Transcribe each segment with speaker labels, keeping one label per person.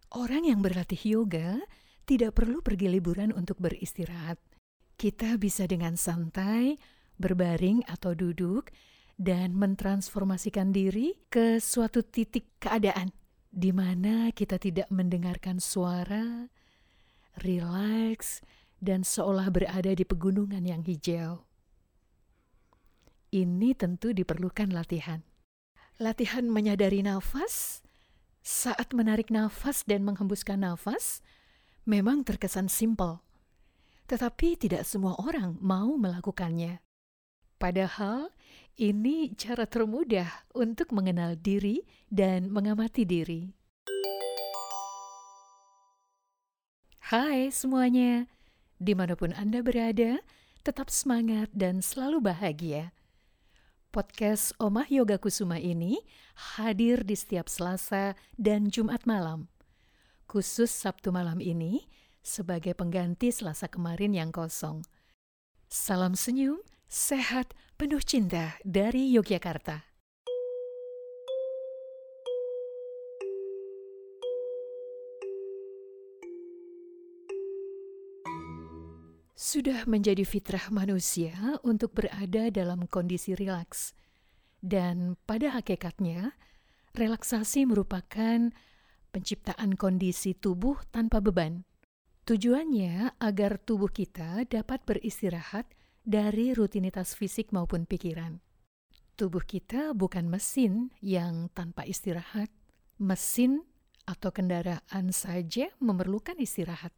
Speaker 1: Orang yang berlatih yoga tidak perlu pergi liburan untuk beristirahat. Kita bisa dengan santai, berbaring atau duduk, dan mentransformasikan diri ke suatu titik keadaan di mana kita tidak mendengarkan suara, rileks, dan seolah berada di pegunungan yang hijau. Ini tentu diperlukan latihan. Latihan menyadari nafas. Saat menarik nafas dan menghembuskan nafas, memang terkesan simpel. Tetapi tidak semua orang mau melakukannya. Padahal, ini cara termudah untuk mengenal diri dan mengamati diri. Hai semuanya, dimanapun Anda berada, tetap semangat dan selalu bahagia. Podcast Omah Yoga Kusuma ini hadir di setiap Selasa dan Jumat malam. Khusus Sabtu malam ini sebagai pengganti Selasa kemarin yang kosong. Salam senyum, sehat, penuh cinta dari Yogyakarta. Sudah menjadi fitrah manusia untuk berada dalam kondisi rilaks. Dan pada hakikatnya, relaksasi merupakan penciptaan kondisi tubuh tanpa beban. Tujuannya agar tubuh kita dapat beristirahat dari rutinitas fisik maupun pikiran. Tubuh kita bukan mesin yang tanpa istirahat. Mesin atau kendaraan saja memerlukan istirahat.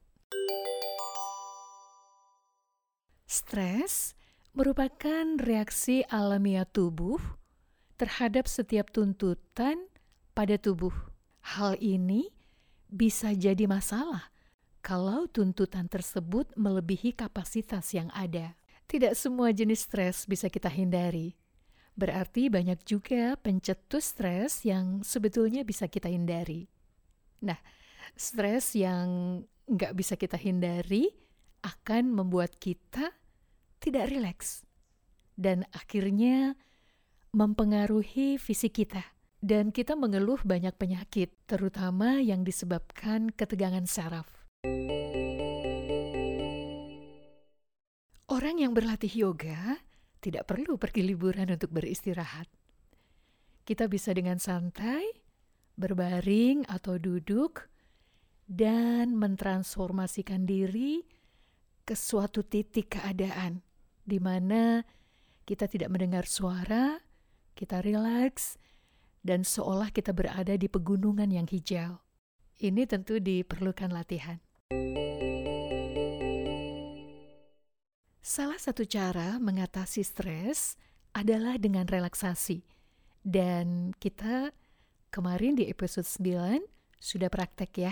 Speaker 1: Stres merupakan reaksi alamiah tubuh terhadap setiap tuntutan pada tubuh. Hal ini bisa jadi masalah kalau tuntutan tersebut melebihi kapasitas yang ada. Tidak semua jenis stres bisa kita hindari. Berarti banyak juga pencetus stres yang sebetulnya bisa kita hindari. Nah, stres yang nggak bisa kita hindari akan membuat kita tidak rileks dan akhirnya mempengaruhi fisik kita. Dan kita mengeluh banyak penyakit, terutama yang disebabkan ketegangan saraf. Orang yang berlatih yoga tidak perlu pergi liburan untuk beristirahat. Kita bisa dengan santai, berbaring atau duduk, dan mentransformasikan diri ke suatu titik keadaan di mana kita tidak mendengar suara, kita rileks, dan seolah kita berada di pegunungan yang hijau. Ini tentu diperlukan latihan. Salah satu cara mengatasi stres adalah dengan relaksasi. Dan kita kemarin di episode 9 sudah praktek ya.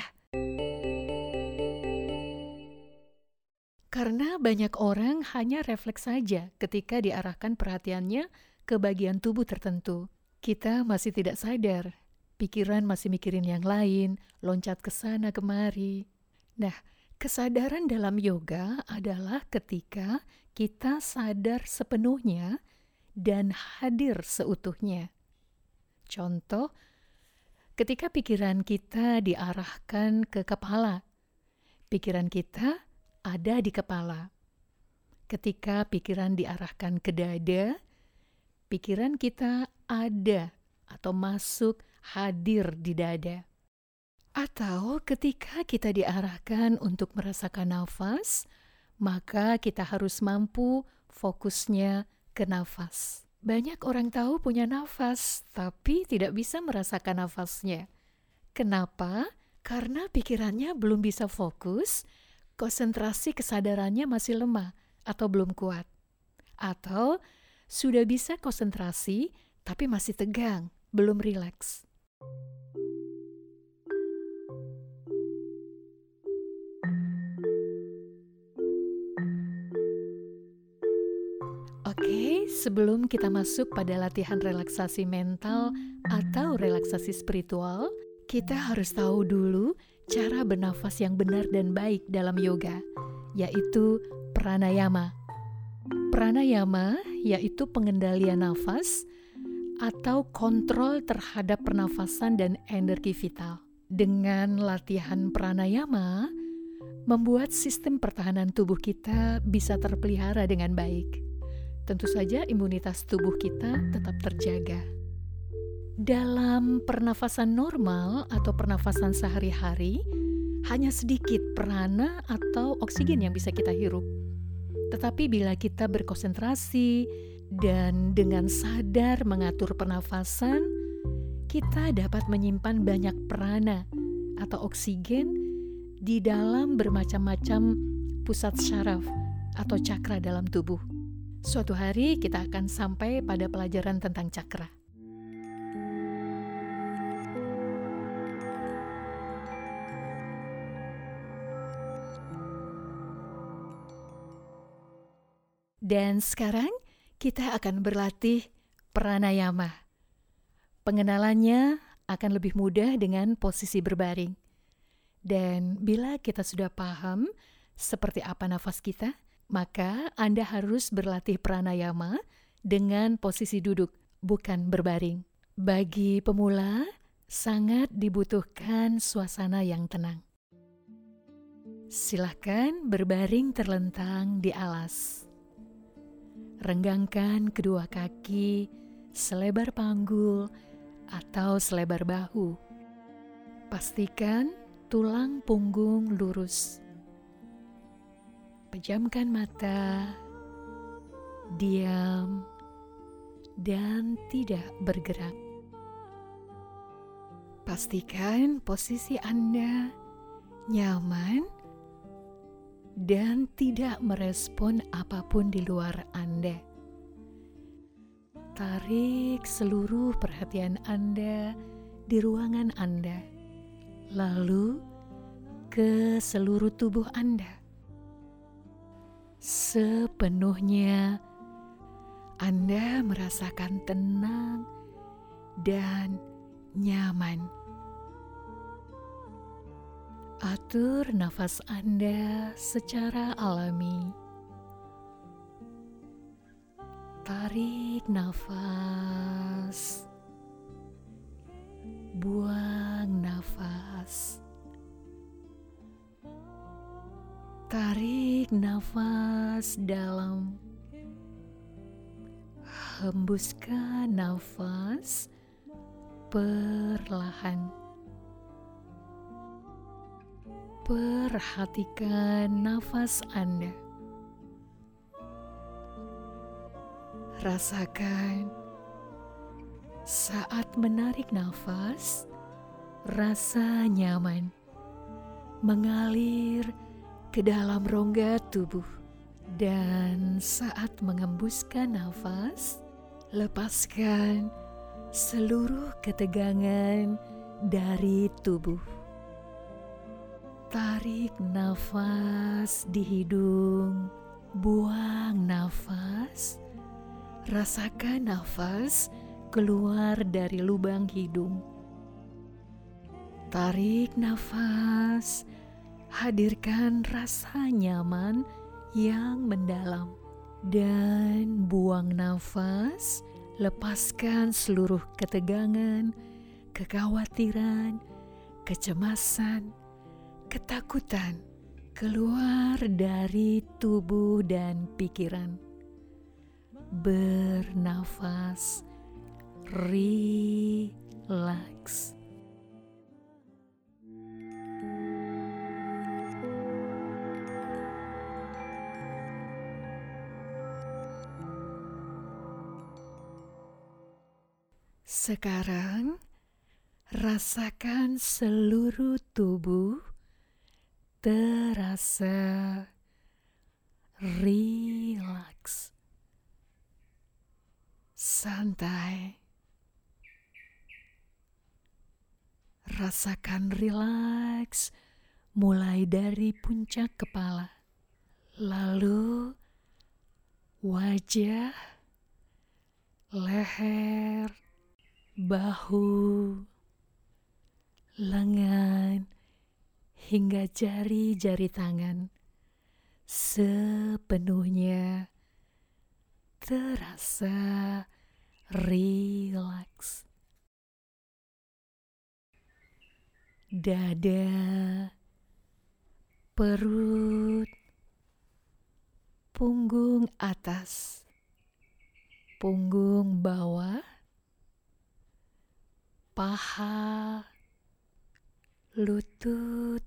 Speaker 1: Karena banyak orang hanya refleks saja ketika diarahkan perhatiannya ke bagian tubuh tertentu. Kita masih tidak sadar, pikiran masih mikirin yang lain, loncat ke sana kemari. Nah, kesadaran dalam yoga adalah ketika kita sadar sepenuhnya dan hadir seutuhnya. Contoh, ketika pikiran kita diarahkan ke kepala, pikiran kita ada di kepala. Ketika pikiran diarahkan ke dada, pikiran kita ada atau masuk hadir di dada. Atau ketika kita diarahkan untuk merasakan nafas, maka kita harus mampu fokusnya ke nafas. Banyak orang tahu punya nafas, tapi tidak bisa merasakan nafasnya. Kenapa? Karena pikirannya belum bisa fokus, konsentrasi kesadarannya masih lemah atau belum kuat. Atau sudah bisa konsentrasi tapi masih tegang, belum rileks. Oke, sebelum kita masuk pada latihan relaksasi mental atau relaksasi spiritual, kita harus tahu dulu cara bernafas yang benar dan baik dalam yoga, yaitu pranayama. Pranayama yaitu pengendalian nafas atau kontrol terhadap pernafasan dan energi vital. Dengan latihan pranayama, membuat sistem pertahanan tubuh kita bisa terpelihara dengan baik. Tentu saja imunitas tubuh kita tetap terjaga. Dalam pernafasan normal atau pernafasan sehari-hari, hanya sedikit prana atau oksigen yang bisa kita hirup. Tetapi bila kita berkonsentrasi dan dengan sadar mengatur pernafasan, kita dapat menyimpan banyak prana atau oksigen di dalam bermacam-macam pusat syaraf atau cakra dalam tubuh. Suatu hari kita akan sampai pada pelajaran tentang cakra. Dan sekarang kita akan berlatih pranayama. Pengenalannya akan lebih mudah dengan posisi berbaring. Dan bila kita sudah paham seperti apa nafas kita, maka Anda harus berlatih pranayama dengan posisi duduk, bukan berbaring. Bagi pemula, sangat dibutuhkan suasana yang tenang. Silakan berbaring terlentang di alas. Renggangkan kedua kaki selebar panggul atau selebar bahu. Pastikan tulang punggung lurus. Pejamkan mata, diam, dan tidak bergerak. Pastikan posisi Anda nyaman dan tidak merespon apapun di luar Anda. Tarik seluruh perhatian Anda di ruangan Anda, lalu ke seluruh tubuh Anda. Sepenuhnya Anda merasakan tenang dan nyaman. Atur nafas Anda secara alami. Tarik nafas, buang nafas. Tarik nafas dalam, hembuskan nafas perlahan. Perhatikan nafas Anda. Rasakan saat menarik nafas, rasa nyaman mengalir ke dalam rongga tubuh. Dan saat mengembuskan nafas, lepaskan seluruh ketegangan dari tubuh. Tarik nafas di hidung, buang nafas, rasakan nafas keluar dari lubang hidung. Tarik nafas, hadirkan rasa nyaman yang mendalam. Dan buang nafas, lepaskan seluruh ketegangan, kekhawatiran, kecemasan, ketakutan keluar dari tubuh dan pikiran. Bernafas, relax. Sekarang, rasakan seluruh tubuh terasa rileks, santai. Rasakan rileks mulai dari puncak kepala, lalu wajah, leher, bahu, lengan, hingga jari-jari tangan sepenuhnya terasa rileks. dada, perut, punggung atas, punggung bawah, paha, lutut,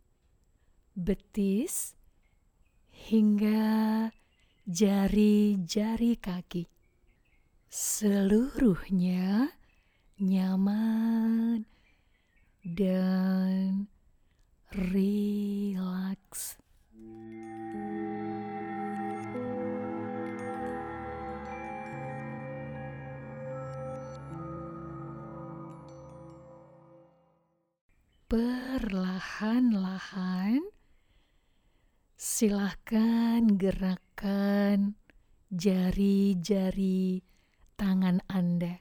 Speaker 1: betis, hingga jari-jari kaki. Seluruhnya nyaman dan rileks. Perlahan-lahan, silahkan gerakkan jari-jari tangan Anda.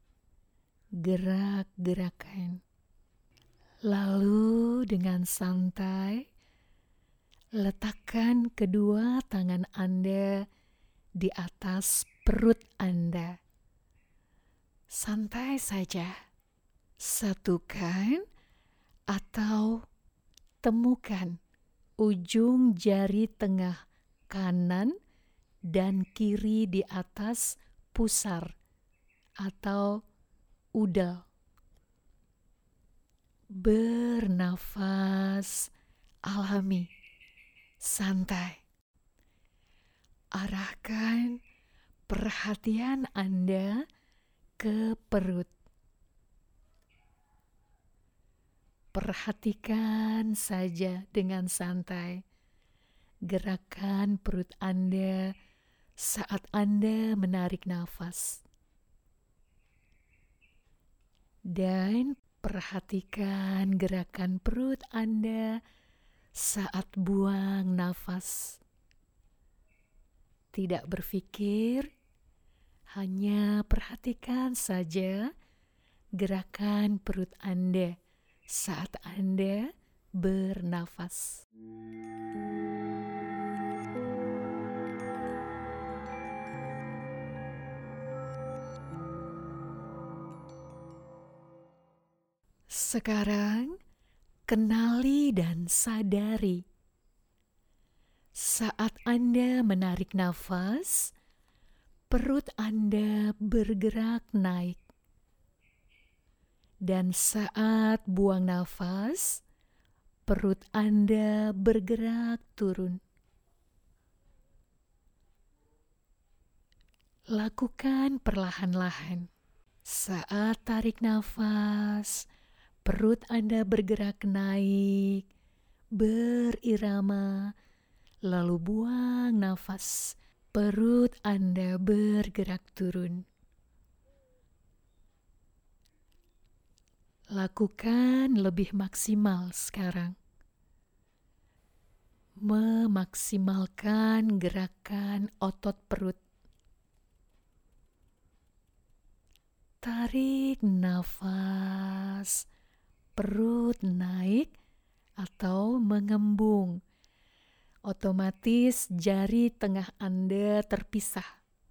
Speaker 1: Gerak-gerakan. Lalu dengan santai, letakkan kedua tangan Anda di atas perut Anda. Santai saja. Satukan atau temukan ujung jari tengah kanan dan kiri di atas pusar atau udel. Bernafas alami, santai. Arahkan perhatian Anda ke perut. Perhatikan saja dengan santai gerakan perut Anda saat Anda menarik nafas. Dan perhatikan gerakan perut Anda saat buang nafas. Tidak berpikir, hanya perhatikan saja gerakan perut Anda saat Anda bernafas. Sekarang, kenali dan sadari saat Anda menarik nafas, perut Anda bergerak naik. Dan saat buang nafas, perut Anda bergerak turun. Lakukan perlahan-lahan. Saat tarik nafas, perut Anda bergerak naik, berirama, lalu buang nafas, perut Anda bergerak turun. Lakukan lebih maksimal sekarang. Memaksimalkan gerakan otot perut. Tarik nafas, perut naik atau mengembung. Otomatis jari tengah Anda terpisah.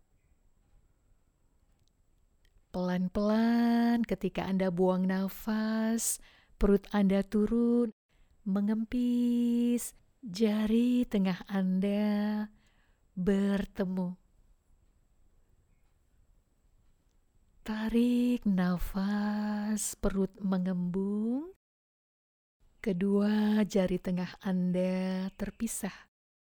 Speaker 1: Pelan-pelan ketika Anda buang nafas, perut Anda turun, mengempis, jari tengah Anda bertemu. Tarik nafas, perut mengembung, kedua jari tengah Anda terpisah.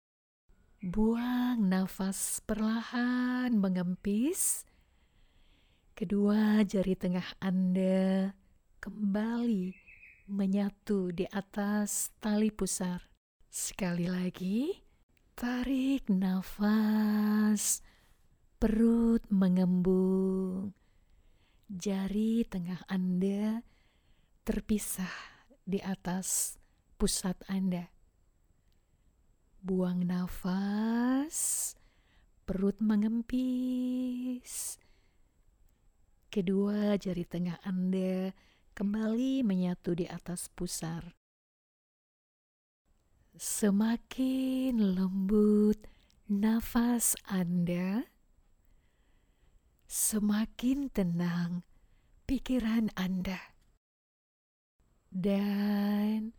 Speaker 1: Buang nafas perlahan mengempis, kedua jari tengah Anda kembali menyatu di atas tali pusar. Sekali lagi, tarik nafas, perut mengembung, jari tengah Anda terpisah di atas pusat Anda. Buang nafas, perut mengempis, kedua jari tengah Anda kembali menyatu di atas pusar. Semakin lembut nafas Anda, semakin tenang pikiran Anda. dan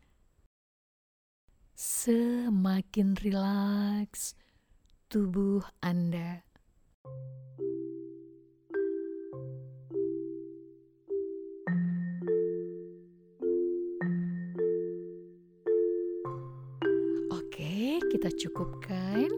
Speaker 1: semakin rileks tubuh Anda. Oke, kita cukupkan.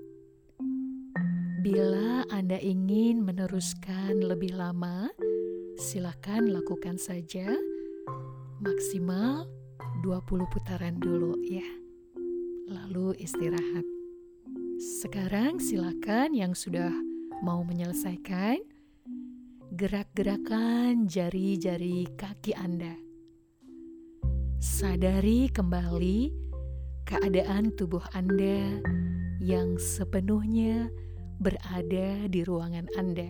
Speaker 1: Bila Anda ingin meneruskan lebih lama, silakan lakukan saja. Maksimal 20 putaran dulu ya. Lalu istirahat. Sekarang silakan yang sudah mau menyelesaikan, gerak-gerakan jari-jari kaki Anda. Sadari kembali keadaan tubuh Anda yang sepenuhnya berada di ruangan Anda.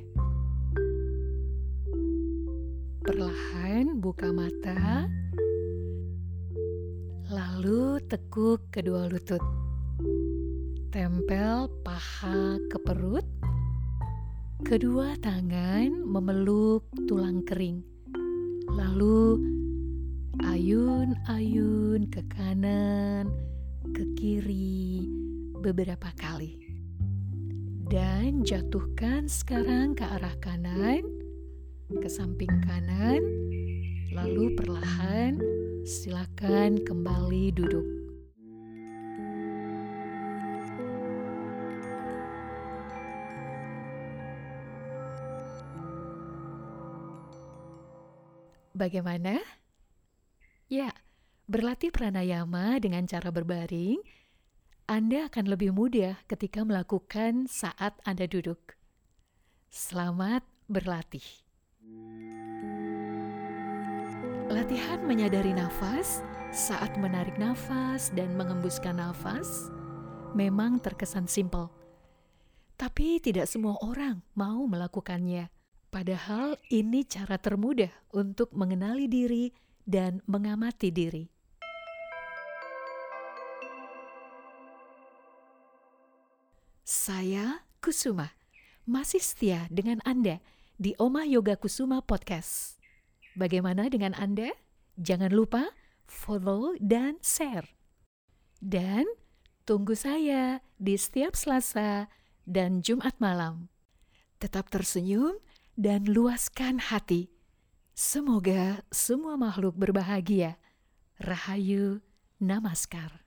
Speaker 1: Perlahan buka mata, lalu tekuk kedua lutut. Tempel paha ke perut, kedua tangan memeluk tulang kering. Lalu ayun-ayun ke kanan, ke kiri beberapa kali. Dan jatuhkan sekarang ke arah kanan, ke samping kanan, lalu perlahan silakan kembali duduk. Bagaimana? Ya, berlatih pranayama dengan cara berbaring, Anda akan lebih mudah ketika melakukan saat Anda duduk. Selamat berlatih. Latihan menyadari nafas saat menarik nafas dan mengembuskan nafas memang terkesan simpel. Tapi tidak semua orang mau melakukannya. Padahal ini cara termudah untuk mengenali diri dan mengamati diri. Saya Kusuma, masih setia dengan Anda di Oma Yoga Kusuma Podcast. Bagaimana dengan Anda? Jangan lupa follow dan share. Dan tunggu saya di setiap Selasa dan Jumat malam. Tetap tersenyum dan luaskan hati. Semoga semua makhluk berbahagia. Rahayu, Namaskar.